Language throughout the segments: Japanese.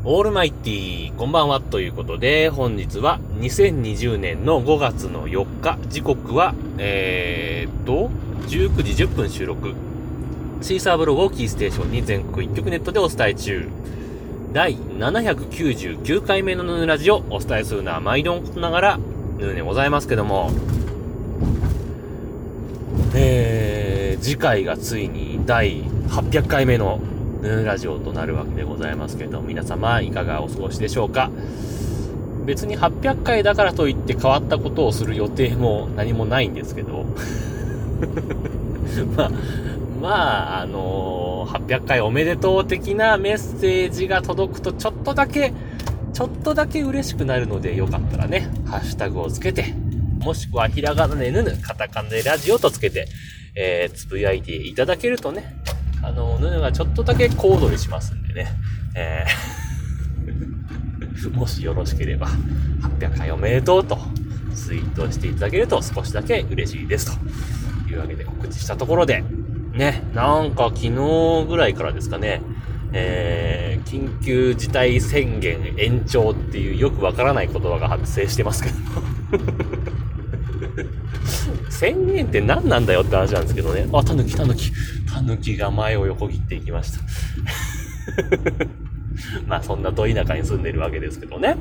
オールマイティー、こんばんはということで、本日は2020年の5月の4日、時刻は、19時10分収録。シーサーブログをキーステーションに全国一曲ネットでお伝え中。第799回目のヌーラジオをお伝えするのは毎度のことながら、ヌーでございますけども、次回がついに第800回目のヌーラジオとなるわけでございますけど、皆様いかがお過ごしでしょうか。別に800回だからといって変わったことをする予定も何もないんですけど800回おめでとう的なメッセージが届くとちょっとだけ嬉しくなるので、よかったらね、ハッシュタグをつけて、もしくはひらがなでヌヌ、カタカナでラジオとつけて、つぶやいていただけるとね、ヌヌがちょっとだけ小躍りしますんでね、もしよろしければ、800回おめでとうとツイートしていただけると少しだけ嬉しいですというわけで告知したところで、ね、なんか昨日ぐらいからですかね、緊急事態宣言延長っていうよくわからない言葉が発生してますけど宣言って何なんだよって話なんですけどね。あ、タヌキが前を横切っていきましたまあそんなど田舎に住んでるわけですけどね。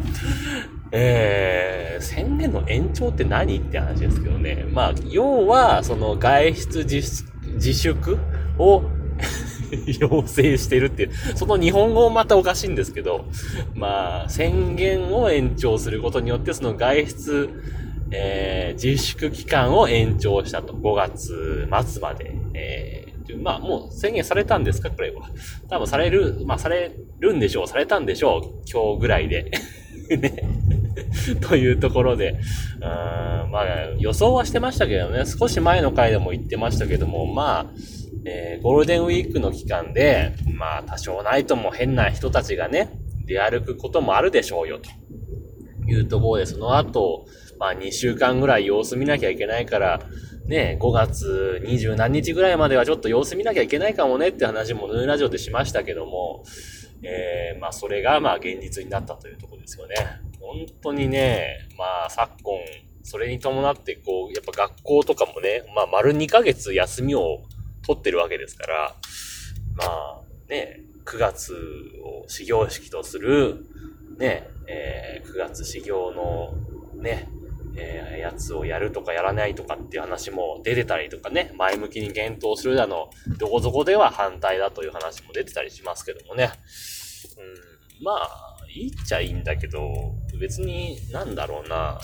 宣言の延長って何って話ですけどね。まあ要はその外出自粛を要請してるっていう、その日本語もまたおかしいんですけど、まあ宣言を延長することによってその外出自粛期間を延長したと。5月末まで。まあもう宣言されたんですかこれは。多分されるんでしょう。されたんでしょう。今日ぐらいで。ね。というところで、まあ予想はしてましたけどね。少し前の回でも言ってましたけども、まあ、ゴールデンウィークの期間で、まあ多少ないとも変な人たちがね、出歩くこともあるでしょうよというところで、その後、まあ2週間ぐらい様子見なきゃいけないから、ね、5月20何日ぐらいまではちょっと様子見なきゃいけないかもねって話もヌーラジオでしましたけども、まあそれがまあ現実になったというところですよね。本当にね、まあ昨今、それに伴ってこう、やっぱ学校とかもね、まあ丸2ヶ月休みを取ってるわけですから、まあね、9月を始業式とする、ね、9月始業のね、やつをやるとかやらないとかっていう話も出てたりとかね、前向きに検討するどこぞこでは反対だという話も出てたりしますけどもね。まあ、いいっちゃいいんだけど、別になんだろうな、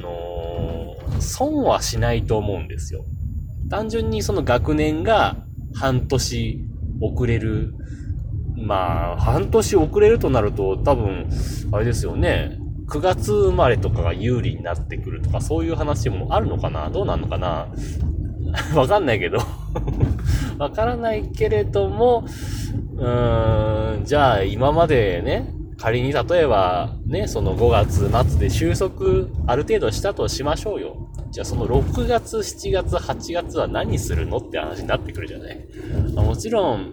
損はしないと思うんですよ。単純にその学年が半年遅れる。まあ、半年遅れるとなると多分、あれですよね。9月生まれとかが有利になってくるとか、そういう話もあるのかな？どうなんのかな？わかんないけど。わからないけれども、じゃあ今までね、仮に例えばね、その5月末で収束ある程度したとしましょうよ。じゃあその6月、7月、8月は何するのって話になってくるじゃない。もちろん、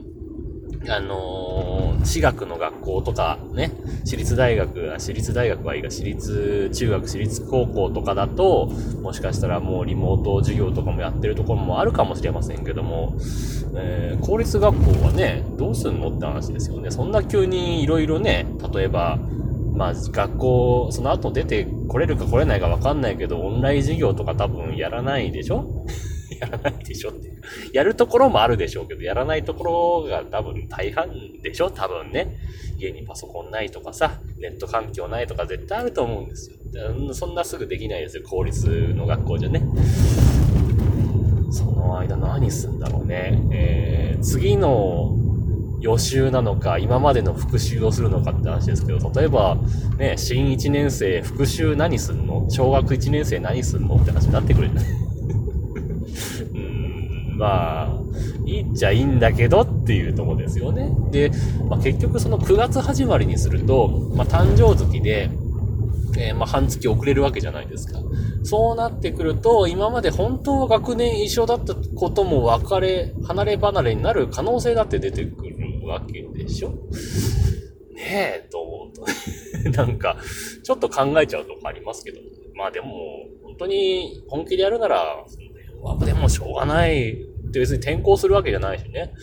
私学の学校とかね、私立大学はいいが、私立中学、私立高校とかだと、もしかしたらもうリモート授業とかもやってるところもあるかもしれませんけども、公立学校はね、どうすんのって話ですよね。そんな急にいろいろね、例えば、まあ学校、その後出て来れるか来れないかわかんないけど、オンライン授業とか多分やらないでしょやらないでしょって。やるところもあるでしょうけど、やらないところが多分大半でしょ多分ね。家にパソコンないとかさ、ネット環境ないとか絶対あると思うんですよ。そんなすぐできないですよ、公立の学校じゃね。その間何すんだろうね。次の予習なのか、今までの復習をするのかって話ですけど、例えば、ね、新1年生復習何すんの？小学1年生何すんのって話になってくるじゃない。まあ、いいっちゃいいんだけどっていうところですよね。で、まあ、結局その9月始まりにすると、まあ、誕生月で、まあ、半月遅れるわけじゃないですか。そうなってくると、今まで本当は学年一緒だったことも離れ離れになる可能性だって出てくるわけでしょ。 ねえ、と思うと、なんか、ちょっと考えちゃうとこありますけど、まあでも、本当に本気でやるなら、でもしょうがないって別に転校するわけじゃないしね。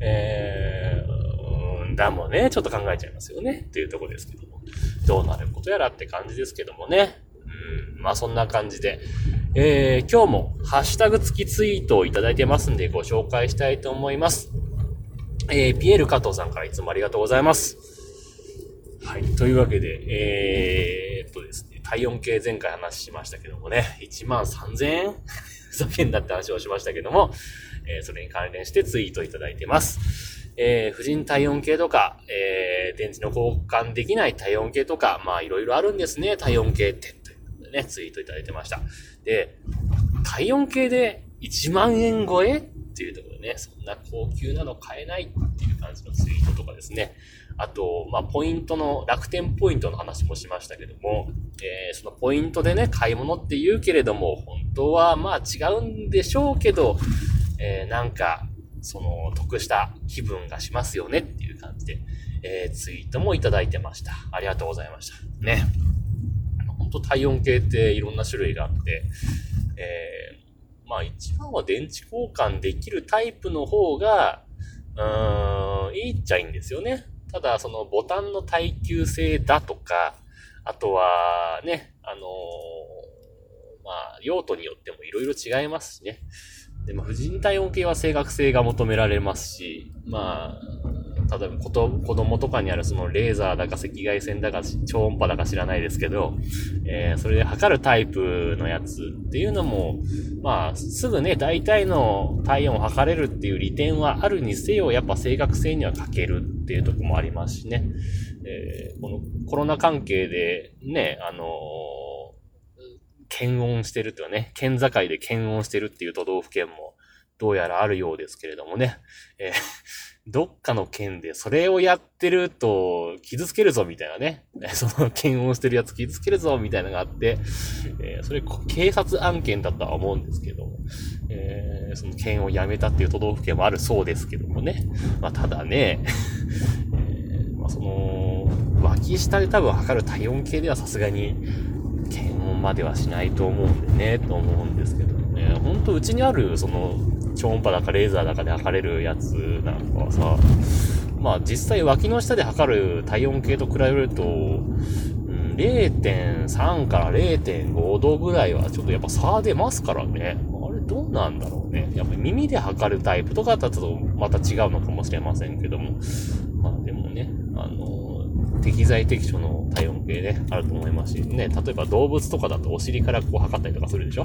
だもんね、ちょっと考えちゃいますよねっていうところですけども。どうなることやらって感じですけどもね。まあそんな感じで。今日もハッシュタグ付きツイートをいただいてますんでご紹介したいと思います。ピエール加藤さんからいつもありがとうございます。はい。というわけで、ですね、体温計前回話しましたけどもね、13,000円ふざけんなって話をしましたけども、それに関連してツイートいただいてます。婦人体温計とか、電池の交換できない体温計とか、まあいろいろあるんですね、体温計って。ということでね、ツイートいただいてました。で、体温計で1万円超えっていうところでね、そんな高級なの買えないっていう感じのツイートとかですね。あと、まあ、ポイントの、楽天ポイントの話もしましたけども、そのポイントでね、買い物って言うけれども、本当はまあ違うんでしょうけど、なんか、その、得した気分がしますよねっていう感じで、ツイートもいただいてました。ありがとうございました。ね。本当体温計っていろんな種類があって、まあ一番は電池交換できるタイプの方が、いいっちゃいいんですよね。ただ、そのボタンの耐久性だとか、あとはね、まあ、用途によってもいろいろ違いますしね。でも、婦人体温計は正確性が求められますし、まあ、例えば子供とかにあるそのレーザーだか赤外線だか超音波だか知らないですけど、それで測るタイプのやつっていうのも、まあ、すぐね、大体の体温を測れるっていう利点はあるにせよ、やっぱ正確性には欠けるっていうところもありますしね。このコロナ関係でね、検温してるっていうかね、県境で検温してるっていう都道府県もどうやらあるようですけれどもね。どっかの県でそれをやってると傷つけるぞみたいなね。その検温してるやつ傷つけるぞみたいなのがあって、それ警察案件だとは思うんですけど、その検温をやめたっていう都道府県もあるそうですけどもね。まあただね、まあその、脇下で多分測る体温計ではさすがに検温まではしないと思うんでね、と思うんですけどね。ほんとうちにあるその、超音波だかレーザーだかで測れるやつなんかはさ、まあ実際脇の下で測る体温計と比べると、0.3 から 0.5 度ぐらいはちょっとやっぱ差出ますからね。あれどうなんだろうね。やっぱり耳で測るタイプとかだとまた違うのかもしれませんけども。まあでもね、適材適所の体温計ね、あると思いますしね。例えば動物とかだとお尻からこう測ったりとかするでしょ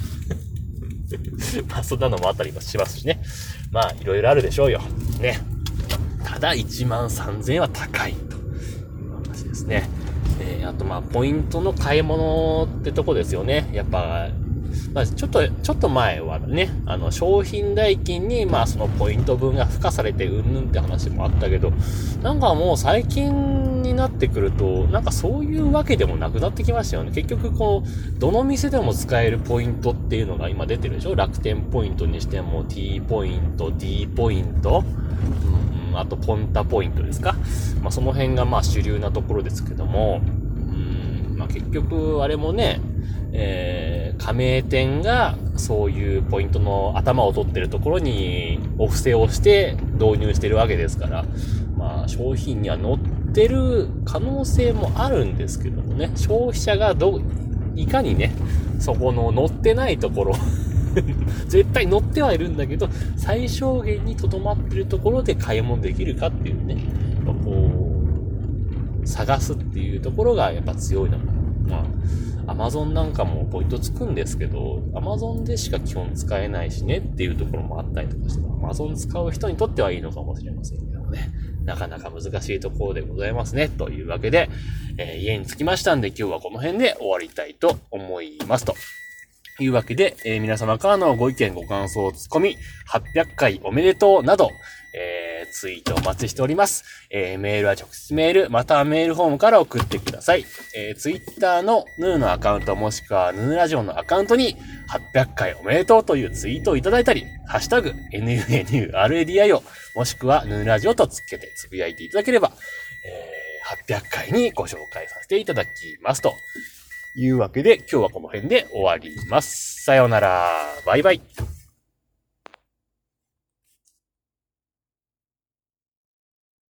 まあそんなのもあったりもしますしね。まあいろいろあるでしょうよ。ね。ただ13,000円は高いという話ですね。あとまあポイントの買い物ってとこですよね。やっぱ、まあちょっと前はね、商品代金にまあそのポイント分が付加されてうんぬんって話もあったけど、なんかもう最近になってくると、なんかそういうわけでもなくなってきましたよね。結局こう、どの店でも使えるポイントっていうのが今出てるでしょ。楽天ポイントにしても T ポイント、D ポイント、あとポンタポイントですか。まあその辺がまあ主流なところですけども、まあ結局あれもね、加盟店がそういうポイントの頭を取ってるところにお布施をして導入してるわけですから、まあ商品には載ってる可能性もあるんですけどもね、消費者がいかにね、そこの載ってないところ絶対載ってはいるんだけど、最小限に留まってるところで買い物できるかっていうね、こう探すっていうところがやっぱ強いのかな。まあ、Amazon なんかもポイントつくんですけど、Amazon でしか基本使えないしねっていうところもあったりとかして、Amazon 使う人にとってはいいのかもしれませんけどね。なかなか難しいところでございますね。というわけで、家に着きましたんで今日はこの辺で終わりたいと思いますと。いうわけで、皆様からのご意見、ご感想、ツッコミ、800回おめでとうなど、ツイートお待ちしております。メールは直接メール、またはメールフォームから送ってください。ツイッターのヌーのアカウントもしくはヌーラジオのアカウントに800回おめでとうというツイートをいただいたり、ハッシュタグ NUNURADIO もしくはヌーラジオとつけてつぶやいていただければ、 800回にご紹介させていただきますというわけで、今日はこの辺で終わります。さようなら。バイバイ。